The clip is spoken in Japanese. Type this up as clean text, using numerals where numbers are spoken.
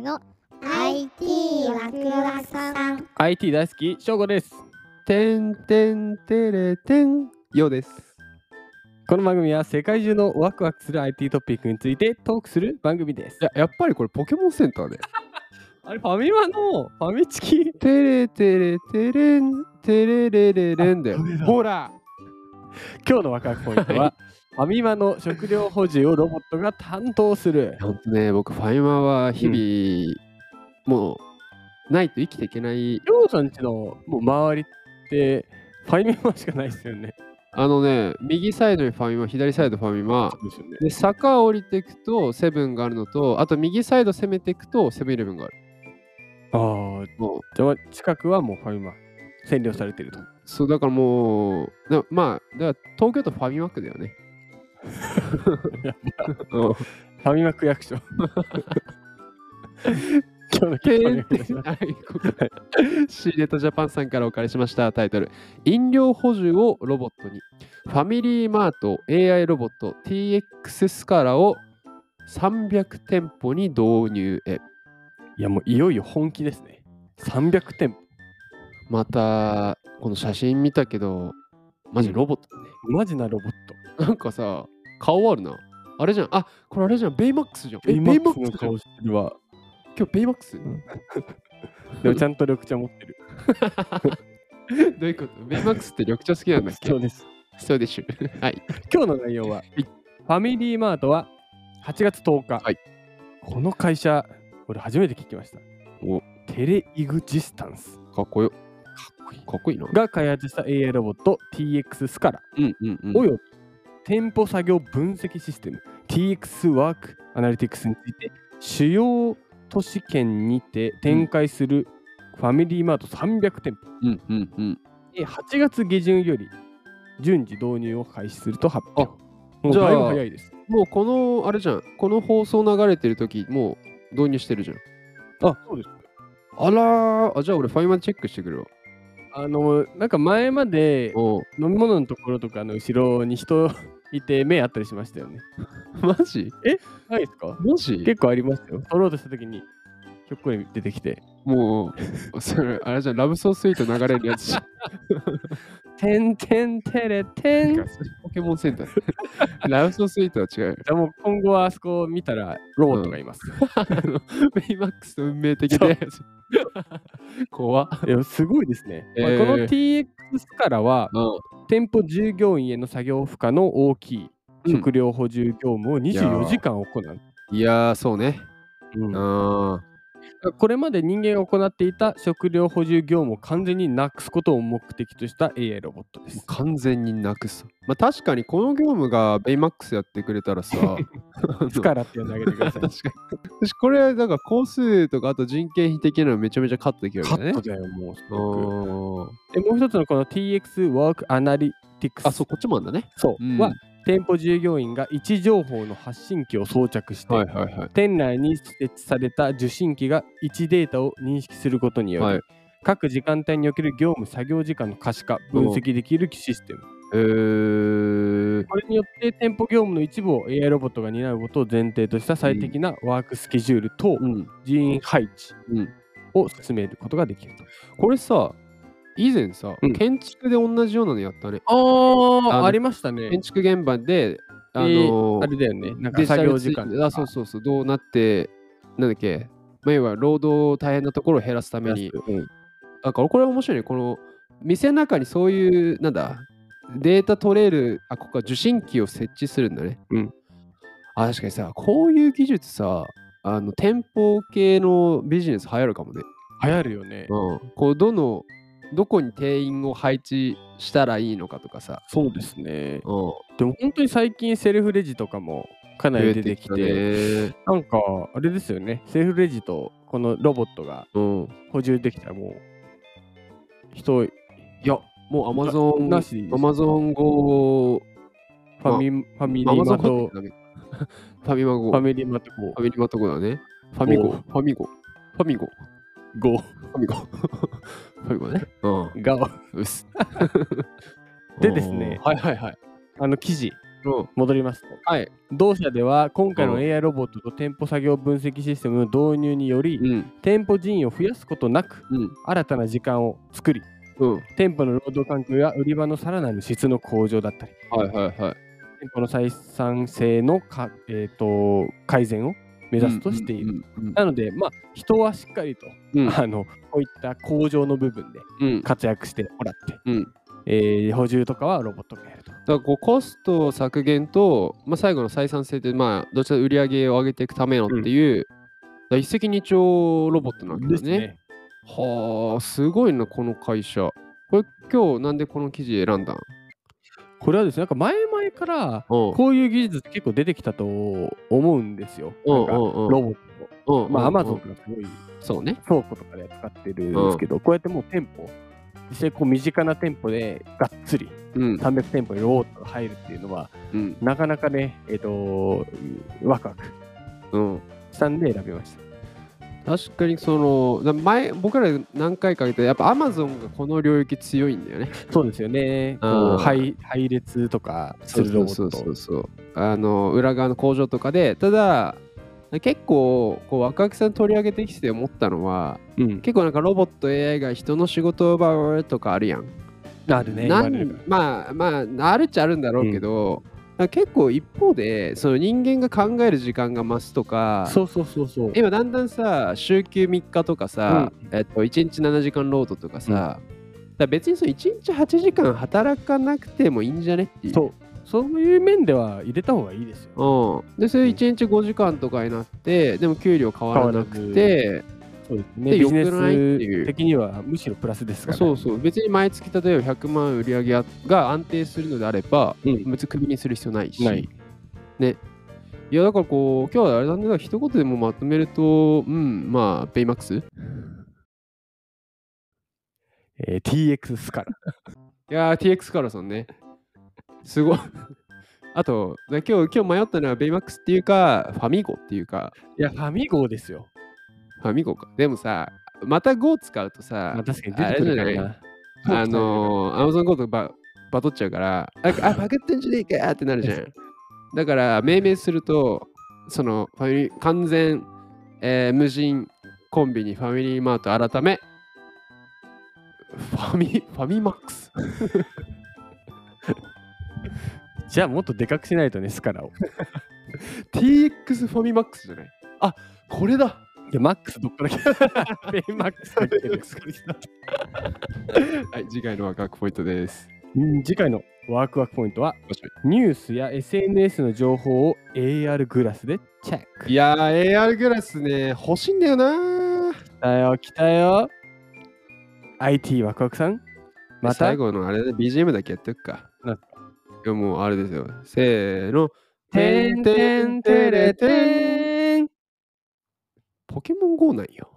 の IT ワクワクさん。 IT 大好き翔吾です。 てんてんてれてんようです。 この番組は世界中のワクワクする IT トピックについてトークする番組です。 やっぱりこれポケモンセンターであれファミマのファミチキてれてれてれんてれれれれんだよ。ほら今日のワクワクポイントはファミマの食料補充をロボットが担当する。 ほんとね、僕ファミマは日々、もうないと生きていけない。 翔さんちのもう周りってファミマしかないですよね。 右サイドにファミマ、左サイドファミマそうですよね。 で、坂を降りていくとセブンがあるのと、あと右サイド攻めていくとセブンイレブンがある。 ああ、 もうじゃあ近くはもうファミマ占領されてると。 そうだからもうだから東京都ファミマ区だよね。 ファミマ区役所。今日の記事シーネットジャパンさんからお借りしましたタイトル、飲料補充をロボットに、ファミリーマート AI ロボット TX スカラを300店舗に導入へ。 いやもういよいよ本気ですね。300店舗。 またこの写真見たけどマジロボットだね、 マジなロボット。 なんかさ顔あるな。あれじゃん、あ、これあれじゃん、ベイマックスじゃん。 ベイマックスの顔してるわ。 今日ベイマックス、 でもちゃんと緑茶持ってる。 どういうこと？ベイマックスって緑茶好きなんだっけ？ そうです。 そうでしょ。はい。 今日の内容は、ファミリーマートは8月10日。 はい。 この会社、俺初めて聞きました。 お、 テレイグジスタンス。 かっこよ。かっこいいな。 が開発した AI ロボット TX スカラ。および店舗作業分析システム TX ワークアナリティクスについて主要都市圏にて展開するファミリーマート300店舗。8月下旬より順次導入を開始すると発表。もうだいぶ早いです。 もうこのあれじゃん、この放送流れてる時もう導入してるじゃん。 あ、そうです。 あらー、じゃあ俺ファイマでチェックしてくるわ。 なんか前まで飲み物のところとかの後ろに人いて目あったりしましたよね。 マジ？ ないですか？ マジ？ 結構ありますよ。取ろうとした時にひょっこり出てきて。 もうそれあれじゃん、ラブソースイート流れるやつじゃん。 てんてんてれてん。 ポケモンセンター。ラブソースイートは違うよ。 じゃあもう今後はあそこを見たらロボットがいます。 ベイマックスと運命的で。怖っ。 いやすごいですね。この TX スカラは店舗従業員への作業負荷の大きい食料補充業務を24時間行う。 いやー、そうね。 これまで人間が行っていた食料補充業務を完全になくすことを目的とした AI ロボットです。 完全になくす。まあ確かにこの業務がベイマックスやってくれたらさ、 スカラって呼んであげてください。 確かに。私これだから工数とかあと人件費的なのめちゃめちゃカットできるよね。 カットだよもうすごく。もう一つのこの TX ワークアナリティクス。 あ、そう、こっちもあんだね。 そう。は店舗従業員が位置情報の発信機を装着して、店内に設置された受信機が位置データを認識することにより、各時間帯における業務作業時間の可視化、分析できるシステム。これによって店舗業務の一部を AI ロボットが担うことを前提とした最適なワークスケジュールと人員配置を進めることができると。 これさ、以前さ、建築で同じようなのやったね。 ありましたね。 建築現場で、 あれだよね。なんか作業時間。 そう、どうなって、なんだっけ、要は労働大変なところを減らすために。だからこれは面白いね。この店の中にそういう、なんだ、データ取れる、ここは受信機を設置するんだね。確かにさ、こういう技術さ、店舗系のビジネス流行るかもね。 流行るよね。 こうどこに店員を配置したらいいのかとかさ。 そうですね。でも本当に最近セルフレジとかもかなり出てきて、なんかあれですよね。セルフレジとこのロボットが補充できたらもう人、いや、もうアマゾンなしでいいです。 アマゾン語ファミリーマトファミマ語。 ファミリーマト語。 ファミリーマト語だね。ファミ語。ファミ語。ファミ語。 語。 ファミ語。ファミ語ね。 がうす。でですね、記事戻りますと、 はい。 同社では今回の AI ロボットと店舗作業分析システムの導入により、店舗人員を増やすことなく、新たな時間を作り、店舗の労働環境や売り場のさらなる質の向上だったり、店舗の採算性の改善を目指すとしている。なので、人はしっかりと、こういった工場の部分で活躍してもらって、補充とかはロボットがやると。 だからこうコスト削減と、最後の採算性で、どちらか売り上げを上げていくためのっていう、一石二鳥ロボットなんですね。はあ、すごいな、この会社。これ、今日なんでこの記事選んだん？ これはですね、なんか前々からこういう技術結構出てきたと思うんですよ。なんかロボット。Amazon とかすごい倉庫とかで使ってるんですけど、こうやってもう店舗、実際こう身近な店舗でがっつり300店舗にロボットが入るっていうのは、なかなかね、ワクワクしたんで選びました。 確かに僕ら何回か言ってやっぱ Amazon がこの領域強いんだよね。 そうですよね。配列とかするロボット。 裏側の工場とかで、ただ結構若木さん取り上げてきて思ったのは、結構なんかロボット AI が人の仕事を奪うとかあるやん。 あるね。 あるっちゃあるんだろうけど、結構一方でその人間が考える時間が増すとか、今だんだんさ週休3日とかさ、1日7時間労働とかさ、別に1日8時間働かなくてもいいんじゃねっていう。 そういう面では入れた方がいいですよ。 でそれ1日5時間とかになって、でも給料変わらなくて、 そうですね。ビジネス的にはむしろプラスですから。 別に毎月例えば100万売り上げが安定するのであれば、別にクビにする必要ないし。ね。いやだから今日はあれなんだ、一言でもまとめると、ベイマックス TX スカラ。 いやー、TX スカラさんね。すごい。あと、今日迷ったのはベイマックスっていうか、ファミゴっていうか。 いや、ファミゴですよ。 ファミゴか。でもさ、また Go 使うとさ、 確かに出てくるからな。 Amazon Go とバトっちゃうから、バカってんじゃねえかってなるじゃん。だから、命名すると、完全、無人コンビニファミリーマート改め、ファミマックス。 じゃあもっとでかくしないとね、スカラを。 TX ファミマックスじゃない？あ、これだ。 で、マックスどっから来た？ベイマックスから来てる。 はい、次回のワクワクポイントです。 次回のワクワクポイントは、ニュースや SNS の情報を AR グラスでチェック。 いやー、AR グラスね、欲しいんだよな。 来たよ。IT ワクワクさん。また最後のあれで BGM だけやっておくか。いやもうあれですよ。せーの。てんてんてれてん。ポケモン GO なんよ。